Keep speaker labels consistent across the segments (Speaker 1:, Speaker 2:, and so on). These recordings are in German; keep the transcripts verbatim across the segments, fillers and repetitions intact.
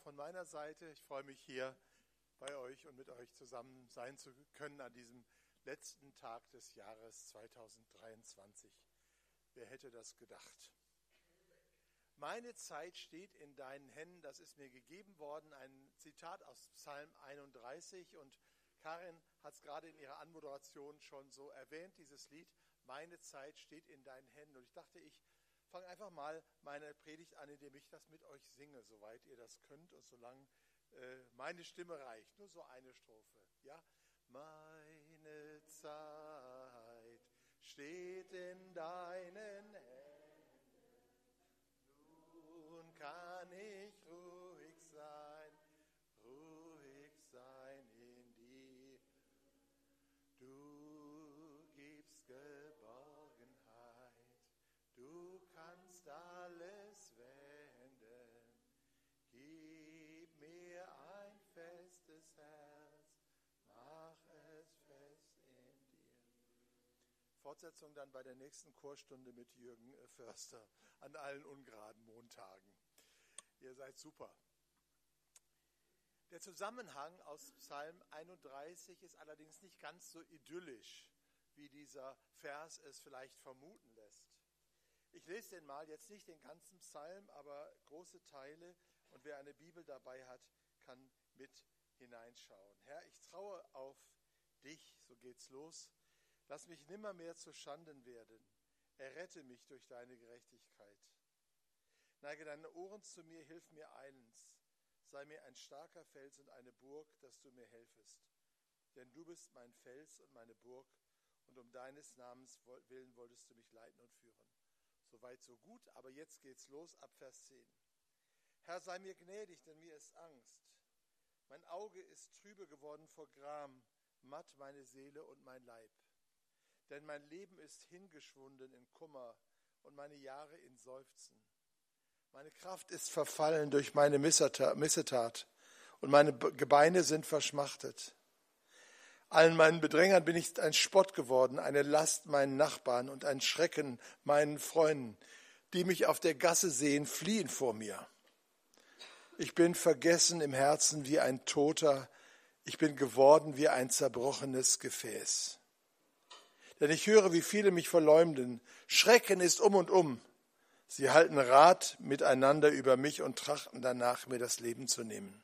Speaker 1: von meiner Seite. Ich freue mich hier bei euch und mit euch zusammen sein zu können an diesem letzten Tag des Jahres zweitausenddreiundzwanzig. Wer hätte das gedacht? Meine Zeit steht in deinen Händen, das ist mir gegeben worden, ein Zitat aus Psalm einunddreißig, und Karin hat es gerade in ihrer Anmoderation schon so erwähnt, dieses Lied, meine Zeit steht in deinen Händen. Und ich dachte, ich fange einfach mal meine Predigt an, indem ich das mit euch singe, soweit ihr das könnt und solange äh, meine Stimme reicht. Nur so eine Strophe. Ja? Meine Zeit steht in deinen Händen, nun kann ich ruhig sein, ruhig sein in dir. Du gibst Geborgenheit, du kannst alles wenden. Gib mir ein festes Herz, mach es fest in dir. Fortsetzung dann bei der nächsten Chorstunde mit Jürgen Förster an allen ungeraden Montagen. Ihr seid super. Der Zusammenhang aus Psalm einunddreißig ist allerdings nicht ganz so idyllisch, wie dieser Vers es vielleicht vermuten lässt. Ich lese den mal, jetzt nicht den ganzen Psalm, aber große Teile, und wer eine Bibel dabei hat, kann mit hineinschauen. Herr, ich traue auf dich, so geht's los. Lass mich nimmermehr zu Schanden werden. Errette mich durch deine Gerechtigkeit. Neige deine Ohren zu mir, hilf mir eilends. Sei mir ein starker Fels und eine Burg, dass du mir helfest. Denn du bist mein Fels und meine Burg, und um deines Namens willen wolltest du mich leiten und führen. Soweit so gut, aber jetzt geht's los ab Vers zehn. Herr, sei mir gnädig, denn mir ist Angst. Mein Auge ist trübe geworden vor Gram, matt meine Seele und mein Leib. Denn mein Leben ist hingeschwunden in Kummer und meine Jahre in Seufzen. Meine Kraft ist verfallen durch meine Missetat und meine Gebeine sind verschmachtet. Allen meinen Bedrängern bin ich ein Spott geworden, eine Last meinen Nachbarn und ein Schrecken meinen Freunden, die mich auf der Gasse sehen, fliehen vor mir. Ich bin vergessen im Herzen wie ein Toter, ich bin geworden wie ein zerbrochenes Gefäß. Denn ich höre, wie viele mich verleumden, Schrecken ist um und um. Sie halten Rat miteinander über mich und trachten danach, mir das Leben zu nehmen.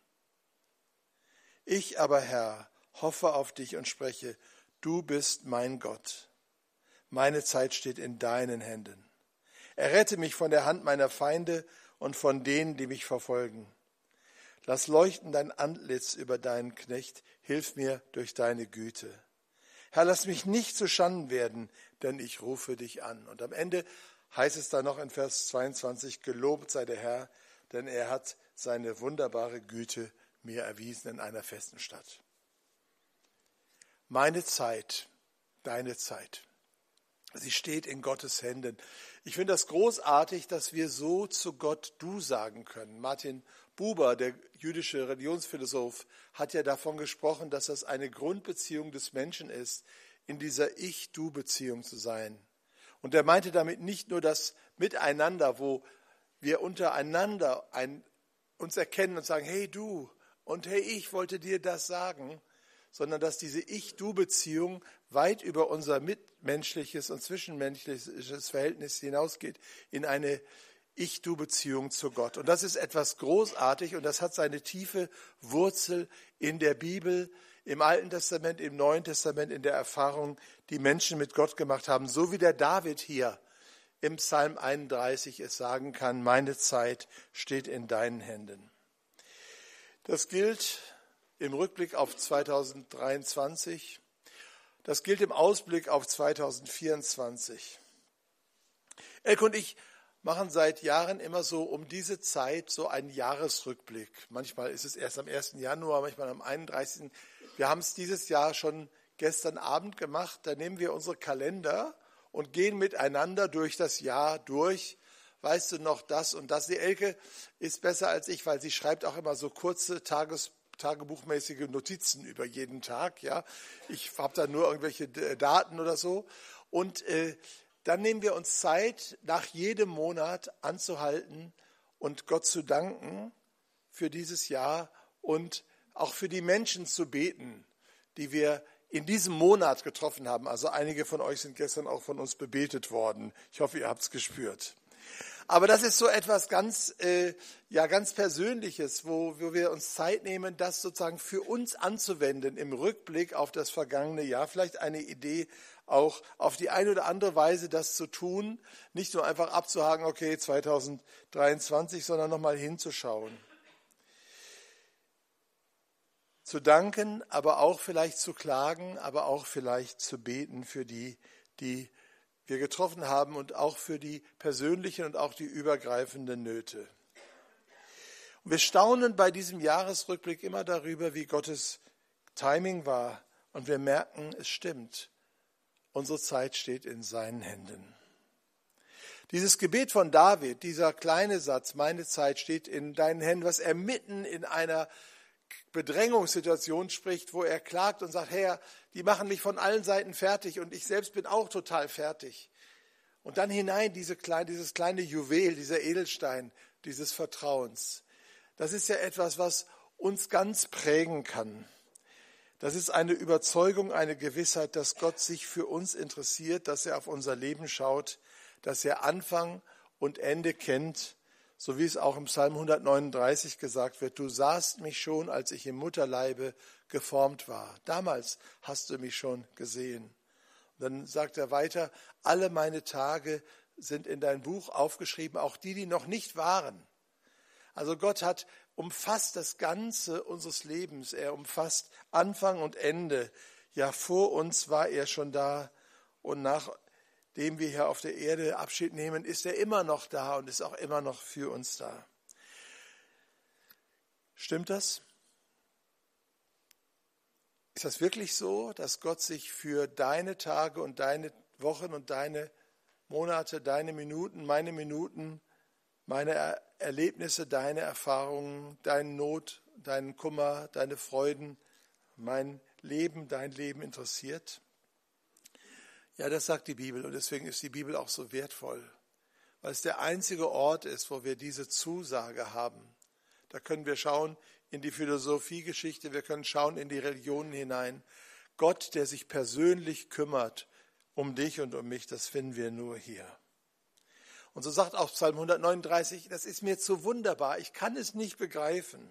Speaker 1: Ich aber, Herr, hoffe auf dich und spreche, du bist mein Gott. Meine Zeit steht in deinen Händen. Errette mich von der Hand meiner Feinde und von denen, die mich verfolgen. Lass leuchten dein Antlitz über deinen Knecht, hilf mir durch deine Güte. Herr, lass mich nicht zu Schanden werden, denn ich rufe dich an. Und am Ende heißt es dann noch in Vers zweiundzwanzig, gelobt sei der Herr, denn er hat seine wunderbare Güte mir erwiesen in einer festen Stadt. Meine Zeit, deine Zeit, sie steht in Gottes Händen. Ich finde das großartig, dass wir so zu Gott du sagen können. Martin Buber, der jüdische Religionsphilosoph, hat ja davon gesprochen, dass das eine Grundbeziehung des Menschen ist, in dieser Ich-Du-Beziehung zu sein. Und er meinte damit nicht nur das Miteinander, wo wir untereinander ein, uns erkennen und sagen, hey du und hey ich wollte dir das sagen, sondern dass diese Ich-Du-Beziehung weit über unser mitmenschliches und zwischenmenschliches Verhältnis hinausgeht in eine Ich-Du-Beziehung zu Gott. Und das ist etwas großartig und das hat seine tiefe Wurzel in der Bibel, im Alten Testament, im Neuen Testament, in der Erfahrung, die Menschen mit Gott gemacht haben, so wie der David hier im Psalm einunddreißig es sagen kann, meine Zeit steht in deinen Händen. Das gilt im Rückblick auf zweitausenddreiundzwanzig, das gilt im Ausblick auf zweitausendvierundzwanzig. Elke und ich machen seit Jahren immer so um diese Zeit so einen Jahresrückblick. Manchmal ist es erst am ersten Januar, manchmal am einunddreißigsten Wir haben es dieses Jahr schon gestern Abend gemacht. Da nehmen wir unsere Kalender und gehen miteinander durch das Jahr durch. Weißt du noch das und das? Die Elke ist besser als ich, weil sie schreibt auch immer so kurze Tages tagebuchmäßige Notizen über jeden Tag. Ja, ich habe da nur irgendwelche Daten oder so. Und äh, dann nehmen wir uns Zeit, nach jedem Monat anzuhalten und Gott zu danken für dieses Jahr und auch für die Menschen zu beten, die wir in diesem Monat getroffen haben. Also einige von euch sind gestern auch von uns bebetet worden. Ich hoffe, ihr habt es gespürt. Aber das ist so etwas ganz, äh, ja, ganz Persönliches, wo, wo wir uns Zeit nehmen, das sozusagen für uns anzuwenden im Rückblick auf das vergangene Jahr. Vielleicht eine Idee, auch auf die eine oder andere Weise das zu tun. Nicht nur einfach abzuhaken, okay, zwanzig dreiundzwanzig, sondern nochmal hinzuschauen. Zu danken, aber auch vielleicht zu klagen, aber auch vielleicht zu beten für die, die wir getroffen haben und auch für die persönlichen und auch die übergreifenden Nöte. Und wir staunen bei diesem Jahresrückblick immer darüber, wie Gottes Timing war. Und wir merken, es stimmt. Unsere Zeit steht in seinen Händen. Dieses Gebet von David, dieser kleine Satz, meine Zeit steht in deinen Händen, was er mitten in einer Bedrängungssituation spricht, wo er klagt und sagt, Herr, die machen mich von allen Seiten fertig und ich selbst bin auch total fertig. Und dann hinein diese kleine, dieses kleine Juwel, dieser Edelstein, dieses Vertrauens. Das ist ja etwas, was uns ganz prägen kann. Das ist eine Überzeugung, eine Gewissheit, dass Gott sich für uns interessiert, dass er auf unser Leben schaut, dass er Anfang und Ende kennt, so wie es auch im Psalm hundertneununddreißig gesagt wird, du sahst mich schon, als ich im Mutterleibe geformt war. Damals hast du mich schon gesehen. Und dann sagt er weiter, alle meine Tage sind in dein Buch aufgeschrieben, auch die, die noch nicht waren. Also Gott hat umfasst das Ganze unseres Lebens. Er umfasst Anfang und Ende. Ja, vor uns war er schon da und nachdem wir hier auf der Erde Abschied nehmen, ist er immer noch da und ist auch immer noch für uns da. Stimmt das? Ist das wirklich so, dass Gott sich für deine Tage und deine Wochen und deine Monate, deine Minuten, meine Minuten, meine Erlebnisse, deine Erfahrungen, deine Not, deinen Kummer, deine Freuden, mein Leben, dein Leben interessiert? Ja, das sagt die Bibel und deswegen ist die Bibel auch so wertvoll, weil es der einzige Ort ist, wo wir diese Zusage haben. Da können wir schauen in die Philosophiegeschichte, wir können schauen in die Religionen hinein. Gott, der sich persönlich kümmert um dich und um mich, das finden wir nur hier. Und so sagt auch Psalm hundertneununddreißig, das ist mir zu wunderbar, ich kann es nicht begreifen,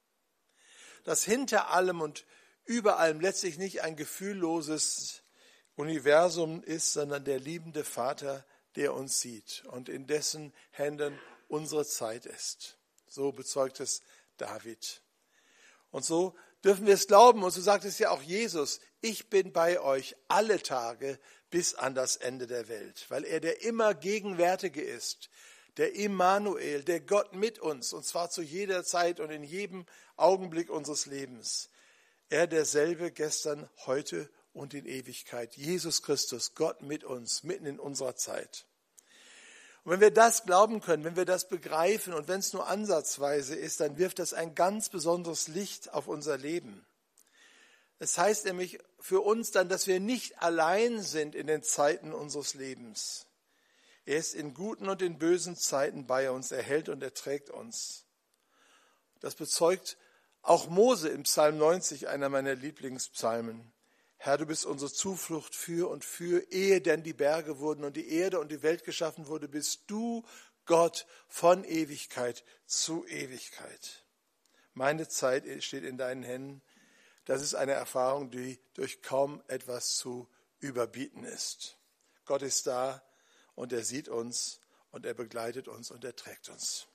Speaker 1: dass hinter allem und über allem letztlich nicht ein gefühlloses Universum ist, sondern der liebende Vater, der uns sieht und in dessen Händen unsere Zeit ist. So bezeugt es David. Und so dürfen wir es glauben und so sagt es ja auch Jesus, ich bin bei euch alle Tage bis an das Ende der Welt, weil er der immer Gegenwärtige ist, der Immanuel, der Gott mit uns, und zwar zu jeder Zeit und in jedem Augenblick unseres Lebens. Er derselbe gestern, heute und in Ewigkeit. Jesus Christus, Gott mit uns, mitten in unserer Zeit. Und wenn wir das glauben können, wenn wir das begreifen und wenn es nur ansatzweise ist, dann wirft das ein ganz besonderes Licht auf unser Leben. Es heißt nämlich für uns dann, dass wir nicht allein sind in den Zeiten unseres Lebens. Er ist in guten und in bösen Zeiten bei uns, er hält und er trägt uns. Das bezeugt auch Mose im Psalm neunzig, einer meiner Lieblingspsalmen. Herr, du bist unsere Zuflucht für und für, ehe denn die Berge wurden und die Erde und die Welt geschaffen wurde, bist du Gott von Ewigkeit zu Ewigkeit. Meine Zeit steht in deinen Händen. Das ist eine Erfahrung, die durch kaum etwas zu überbieten ist. Gott ist da und er sieht uns und er begleitet uns und er trägt uns.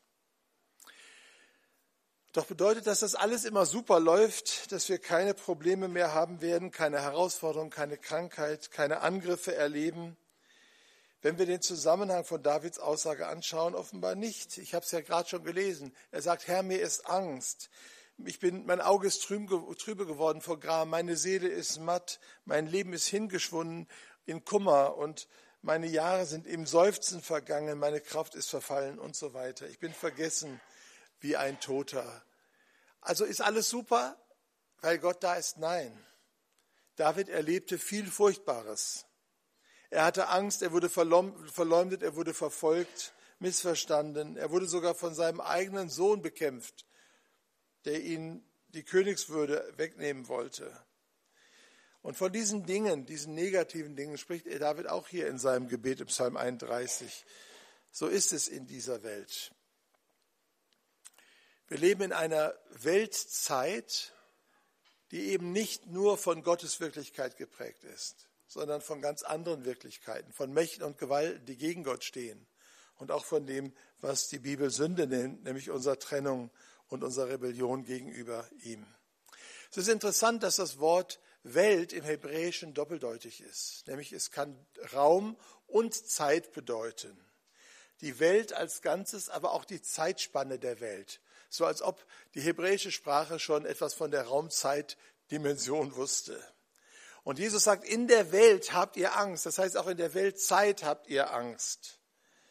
Speaker 1: Doch bedeutet das, dass alles immer super läuft, dass wir keine Probleme mehr haben werden, keine Herausforderungen, keine Krankheit, keine Angriffe erleben? Wenn wir den Zusammenhang von Davids Aussage anschauen, offenbar nicht. Ich habe es ja gerade schon gelesen. Er sagt, Herr, mir ist Angst. Ich bin, mein Auge ist trübe geworden vor Gram, meine Seele ist matt, mein Leben ist hingeschwunden in Kummer und meine Jahre sind im Seufzen vergangen, meine Kraft ist verfallen und so weiter. Ich bin vergessen wie ein Toter. Also ist alles super, weil Gott da ist? Nein. David erlebte viel Furchtbares. Er hatte Angst, er wurde verleumdet, er wurde verfolgt, missverstanden. Er wurde sogar von seinem eigenen Sohn bekämpft. der ihnen die Königswürde wegnehmen wollte. Und von diesen Dingen, diesen negativen Dingen spricht David auch hier in seinem Gebet im Psalm einunddreißig. So ist es in dieser Welt. Wir leben in einer Weltzeit, die eben nicht nur von Gottes Wirklichkeit geprägt ist, sondern von ganz anderen Wirklichkeiten, von Mächten und Gewalten, die gegen Gott stehen und auch von dem, was die Bibel Sünde nennt, nämlich unserer Trennung und unserer Rebellion gegenüber ihm. Es ist interessant, dass das Wort Welt im Hebräischen doppeldeutig ist, nämlich es kann Raum und Zeit bedeuten. Die Welt als Ganzes, aber auch die Zeitspanne der Welt. So als ob die hebräische Sprache schon etwas von der Raumzeitdimension wusste. Und Jesus sagt, in der Welt habt ihr Angst. Das heißt, auch in der Weltzeit habt ihr Angst.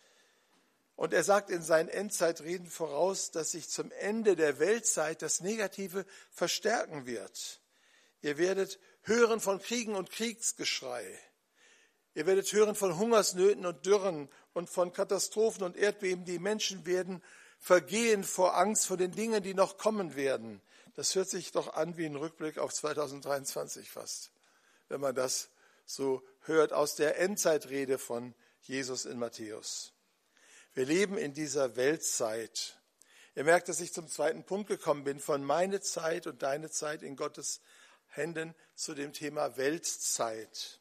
Speaker 1: Und er sagt in seinen Endzeitreden voraus, dass sich zum Ende der Weltzeit das Negative verstärken wird. Ihr werdet hören von Kriegen und Kriegsgeschrei. Ihr werdet hören von Hungersnöten und Dürren und von Katastrophen und Erdbeben. Die Menschen werden vergehen vor Angst vor den Dingen, die noch kommen werden. Das hört sich doch an wie ein Rückblick auf zweitausenddreiundzwanzig fast, wenn man das so hört aus der Endzeitrede von Jesus in Matthäus. Wir leben in dieser Weltzeit. Ihr merkt, dass ich zum zweiten Punkt gekommen bin, von meine Zeit und deine Zeit in Gottes Händen zu dem Thema Weltzeit.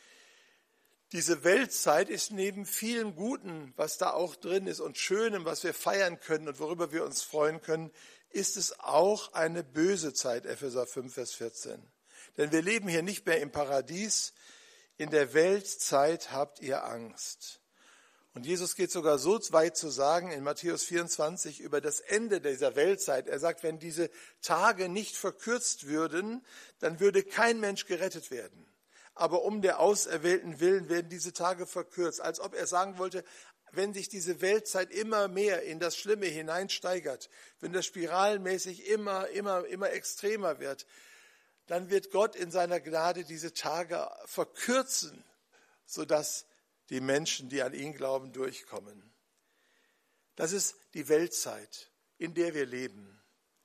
Speaker 1: Diese Weltzeit ist neben vielem Guten, was da auch drin ist und Schönem, was wir feiern können und worüber wir uns freuen können, ist es auch eine böse Zeit, Epheser fünf, Vers vierzehn. Denn wir leben hier nicht mehr im Paradies, in der Weltzeit habt ihr Angst. Und Jesus geht sogar so weit zu sagen in Matthäus vierundzwanzig über das Ende dieser Weltzeit. Er sagt, wenn diese Tage nicht verkürzt würden, dann würde kein Mensch gerettet werden. Aber um der Auserwählten willen werden diese Tage verkürzt. Als ob er sagen wollte, wenn sich diese Weltzeit immer mehr in das Schlimme hineinsteigert, wenn das spiralenmäßig immer, immer, immer extremer wird, dann wird Gott in seiner Gnade diese Tage verkürzen, sodass die Menschen, die an ihn glauben, durchkommen. Das ist die Weltzeit, in der wir leben.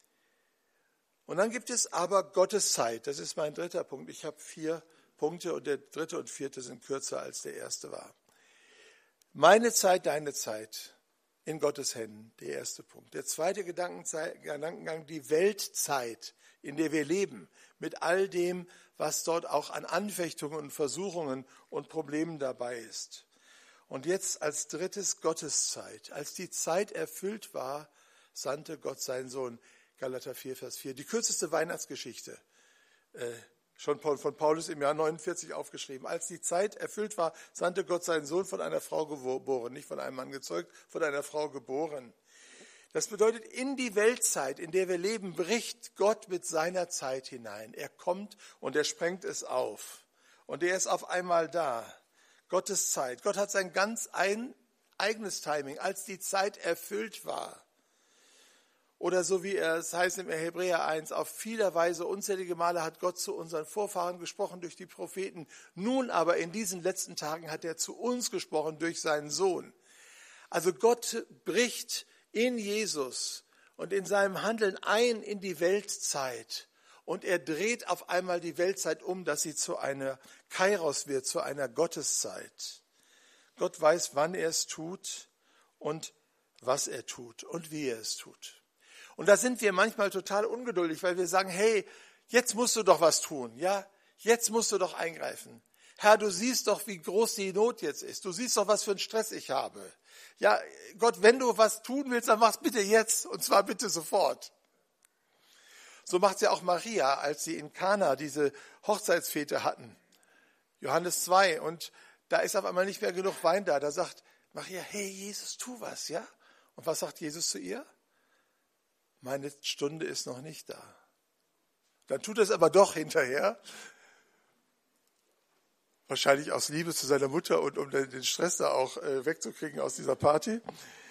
Speaker 1: Und dann gibt es aber Gottes Zeit. Das ist mein dritter Punkt. Ich habe vier Punkte und der dritte und vierte sind kürzer als der erste war. Meine Zeit, deine Zeit in Gottes Händen, der erste Punkt. Der zweite Gedankengang, die Weltzeit, in der wir leben, mit all dem, was dort auch an Anfechtungen und Versuchungen und Problemen dabei ist. Und jetzt als drittes Gotteszeit. Als die Zeit erfüllt war, sandte Gott seinen Sohn. Galater vier, Vers vier. Die kürzeste Weihnachtsgeschichte, äh, schon von Paulus im Jahr neunundvierzig aufgeschrieben. Als die Zeit erfüllt war, sandte Gott seinen Sohn von einer Frau geboren. Nicht von einem Mann gezeugt, von einer Frau geboren. Das bedeutet, in die Weltzeit, in der wir leben, bricht Gott mit seiner Zeit hinein. Er kommt und er sprengt es auf. Und er ist auf einmal da. Gottes Zeit. Gott hat sein ganz ein, eigenes Timing, als die Zeit erfüllt war. Oder so wie es heißt im Hebräer eins, auf vieler Weise, unzählige Male hat Gott zu unseren Vorfahren gesprochen durch die Propheten. Nun aber in diesen letzten Tagen hat er zu uns gesprochen durch seinen Sohn. Also Gott bricht in Jesus und in seinem Handeln ein in die Weltzeit. Und er dreht auf einmal die Weltzeit um, dass sie zu einer Kairos wird, zu einer Gotteszeit. Gott weiß, wann er es tut und was er tut und wie er es tut. Und da sind wir manchmal total ungeduldig, weil wir sagen, hey, jetzt musst du doch was tun, ja? Jetzt musst du doch eingreifen. Herr, du siehst doch, wie groß die Not jetzt ist. Du siehst doch, was für einen Stress ich habe. Ja, Gott, wenn du was tun willst, dann mach's bitte jetzt und zwar bitte sofort. So macht ja auch Maria, als sie in Kana diese Hochzeitsfete hatten. Johannes zwei. Und da ist auf einmal nicht mehr genug Wein da. Da sagt Maria, hey Jesus, tu was, ja? Und was sagt Jesus zu ihr? Meine Stunde ist noch nicht da. Dann tut er es aber doch hinterher. Wahrscheinlich aus Liebe zu seiner Mutter und um den Stress da auch wegzukriegen aus dieser Party.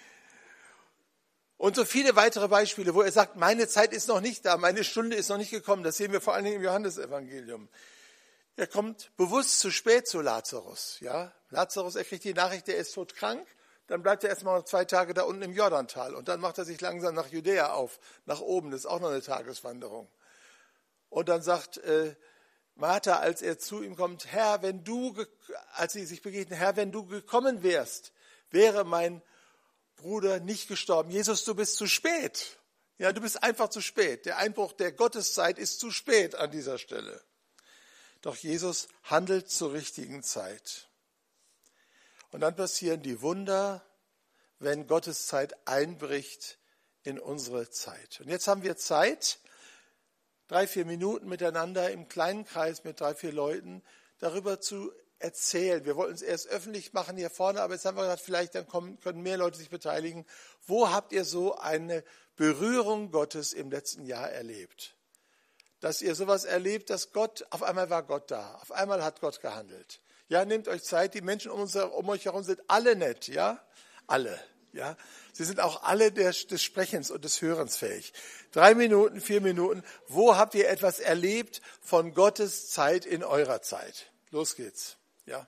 Speaker 1: Und so viele weitere Beispiele, wo er sagt, meine Zeit ist noch nicht da, meine Stunde ist noch nicht gekommen. Das sehen wir vor allen Dingen im Johannesevangelium. Er kommt bewusst zu spät zu Lazarus. Ja? Lazarus, er kriegt die Nachricht, er ist todkrank. dann bleibt er erstmal noch zwei Tage da unten im Jordantal und dann macht er sich langsam nach Judäa auf, nach oben, das ist auch noch eine Tageswanderung. Und dann sagt äh, Martha, als er zu ihm kommt, Herr, wenn du, als sie sich begegnen, Herr, wenn du gekommen wärst, wäre mein Bruder nicht gestorben. Jesus, du bist zu spät. Ja, du bist einfach zu spät. Der Einbruch der Gotteszeit ist zu spät an dieser Stelle. Doch Jesus handelt zur richtigen Zeit. Und dann passieren die Wunder, wenn Gottes Zeit einbricht in unsere Zeit. Und jetzt haben wir Zeit, drei, vier Minuten miteinander im kleinen Kreis mit drei, vier Leuten darüber zu erzählen. Wir wollten es erst öffentlich machen hier vorne, aber jetzt haben wir gesagt, vielleicht dann kommen, können mehr Leute sich beteiligen. Wo habt ihr so eine Berührung Gottes im letzten Jahr erlebt? Dass ihr sowas erlebt, dass Gott, auf einmal war Gott da, auf einmal hat Gott gehandelt. Ja, nehmt euch Zeit, die Menschen um, uns, um euch herum sind alle nett, ja, alle, ja. Sie sind auch alle der, des Sprechens und des Hörens fähig. Drei Minuten, vier Minuten, wo habt ihr etwas erlebt von Gottes Zeit in eurer Zeit? Los geht's, ja.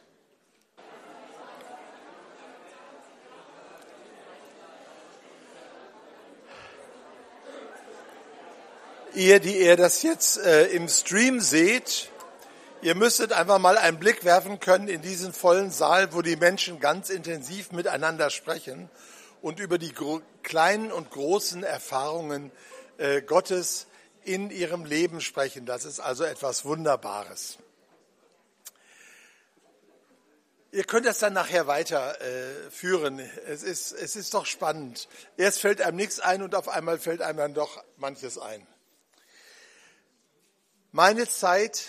Speaker 1: Ihr, die ihr das jetzt äh, im Stream seht, ihr müsstet einfach mal einen Blick werfen können in diesen vollen Saal, wo die Menschen ganz intensiv miteinander sprechen und über die gro- kleinen und großen Erfahrungen äh, Gottes in ihrem Leben sprechen. Das ist also etwas Wunderbares. Ihr könnt das dann nachher weiterführen. Äh, es ist, es ist doch spannend. Erst fällt einem nichts ein und auf einmal fällt einem dann doch manches ein. Meine Zeit,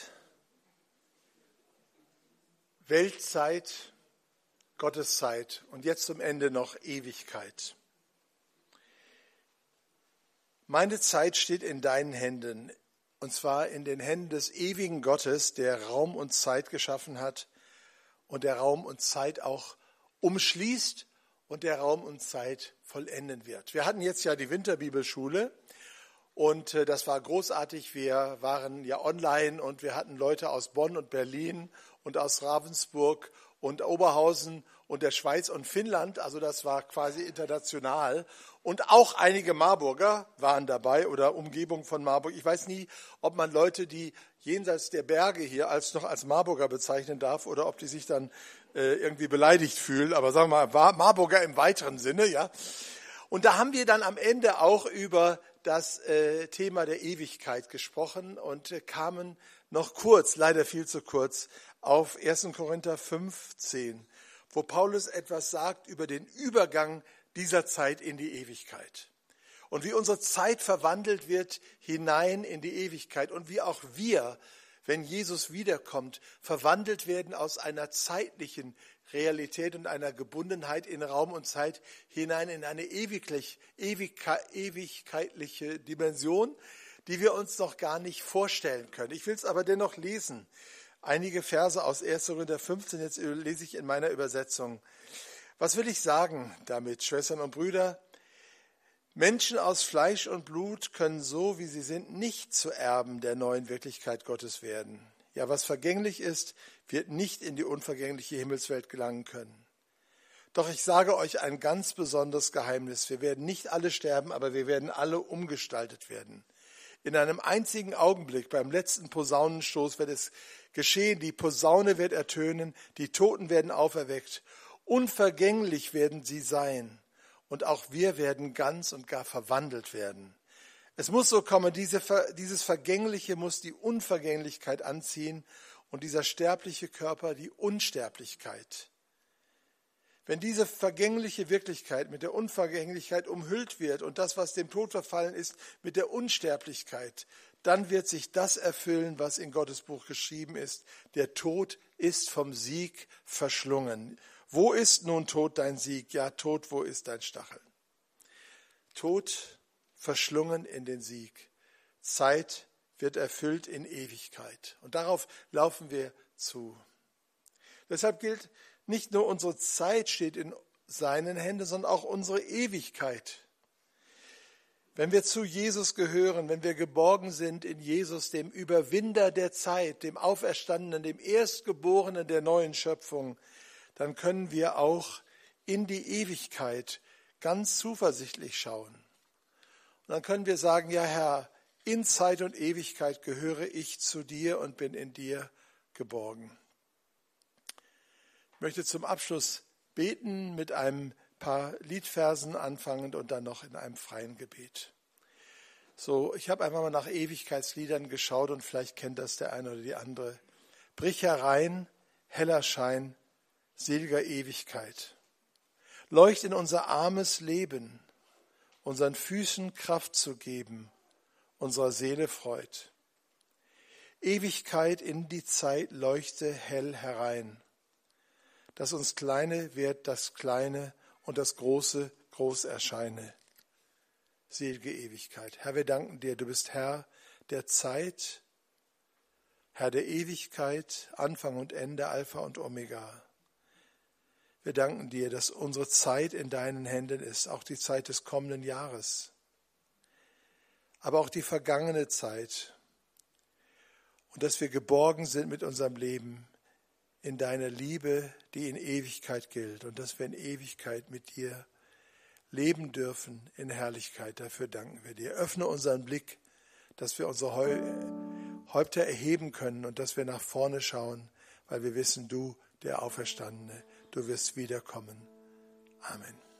Speaker 1: Weltzeit, Gotteszeit und jetzt zum Ende noch Ewigkeit. Meine Zeit steht in deinen Händen, und zwar in den Händen des ewigen Gottes, der Raum und Zeit geschaffen hat und der Raum und Zeit auch umschließt und der Raum und Zeit vollenden wird. Wir hatten jetzt ja die Winterbibelschule. Und das war großartig. Wir waren ja online und wir hatten Leute aus Bonn und Berlin und aus Ravensburg und Oberhausen und der Schweiz und Finnland. Also das war quasi international. Und auch einige Marburger waren dabei oder Umgebung von Marburg. Ich weiß nie, ob man Leute, die jenseits der Berge hier als noch als Marburger bezeichnen darf oder ob die sich dann äh, irgendwie beleidigt fühlen. Aber sagen wir mal, Marburger im weiteren Sinne, ja. Und da haben wir dann am Ende auch über das äh, Thema der Ewigkeit gesprochen und äh, kamen noch kurz, leider viel zu kurz, auf ersten Korinther fünfzehn, wo Paulus etwas sagt über den Übergang dieser Zeit in die Ewigkeit. Und wie unsere Zeit verwandelt wird hinein in die Ewigkeit und wie auch wir, wenn Jesus wiederkommt, verwandelt werden aus einer zeitlichen Realität und einer Gebundenheit in Raum und Zeit hinein in eine ewiglich, ewig, ewigkeitliche Dimension, die wir uns noch gar nicht vorstellen können. Ich will es aber dennoch lesen. Einige Verse aus ersten Korinther fünfzehn, jetzt lese ich in meiner Übersetzung. Was will ich sagen damit, Schwestern und Brüder? Menschen aus Fleisch und Blut können so, wie sie sind, nicht zu Erben der neuen Wirklichkeit Gottes werden. Ja, was vergänglich ist, wird nicht in die unvergängliche Himmelswelt gelangen können. Doch ich sage euch ein ganz besonderes Geheimnis. Wir werden nicht alle sterben, aber wir werden alle umgestaltet werden. In einem einzigen Augenblick, beim letzten Posaunenstoß, wird es geschehen. Die Posaune wird ertönen, die Toten werden auferweckt. Unvergänglich werden sie sein. Und auch wir werden ganz und gar verwandelt werden. Es muss so kommen, diese, dieses Vergängliche muss die Unvergänglichkeit anziehen und dieser sterbliche Körper die Unsterblichkeit. Wenn diese vergängliche Wirklichkeit mit der Unvergänglichkeit umhüllt wird und das, was dem Tod verfallen ist, mit der Unsterblichkeit, dann wird sich das erfüllen, was in Gottes Buch geschrieben ist. Der Tod ist vom Sieg verschlungen. Wo ist nun Tod dein Sieg? Ja, Tod, wo ist dein Stachel? Tod verschlungen in den Sieg. Zeit wird erfüllt in Ewigkeit. Und darauf laufen wir zu. Deshalb gilt, nicht nur unsere Zeit steht in seinen Händen, sondern auch unsere Ewigkeit. Wenn wir zu Jesus gehören, wenn wir geborgen sind in Jesus, dem Überwinder der Zeit, dem Auferstandenen, dem Erstgeborenen der neuen Schöpfung, dann können wir auch in die Ewigkeit ganz zuversichtlich schauen. Und dann können wir sagen, ja Herr, in Zeit und Ewigkeit gehöre ich zu dir und bin in dir geborgen. Ich möchte zum Abschluss beten mit einem paar Liedversen anfangend und dann noch in einem freien Gebet. So, ich habe einfach mal nach Ewigkeitsliedern geschaut und vielleicht kennt das der eine oder die andere. Brich herein, heller Schein, seliger Ewigkeit. Leucht in unser armes Leben, unseren Füßen Kraft zu geben, unserer Seele Freud. Ewigkeit in die Zeit leuchte hell herein, dass uns Kleine wird das Kleine und das Große groß erscheine. Selige Ewigkeit. Herr, wir danken dir, du bist Herr der Zeit, Herr der Ewigkeit, Anfang und Ende, Alpha und Omega. Wir danken dir, dass unsere Zeit in deinen Händen ist, auch die Zeit des kommenden Jahres, aber auch die vergangene Zeit und dass wir geborgen sind mit unserem Leben in deiner Liebe, die in Ewigkeit gilt und dass wir in Ewigkeit mit dir leben dürfen in Herrlichkeit. Dafür danken wir dir. Öffne unseren Blick, dass wir unsere Häupter erheben können und dass wir nach vorne schauen, weil wir wissen, du, der Auferstandene, du wirst wiederkommen. Amen.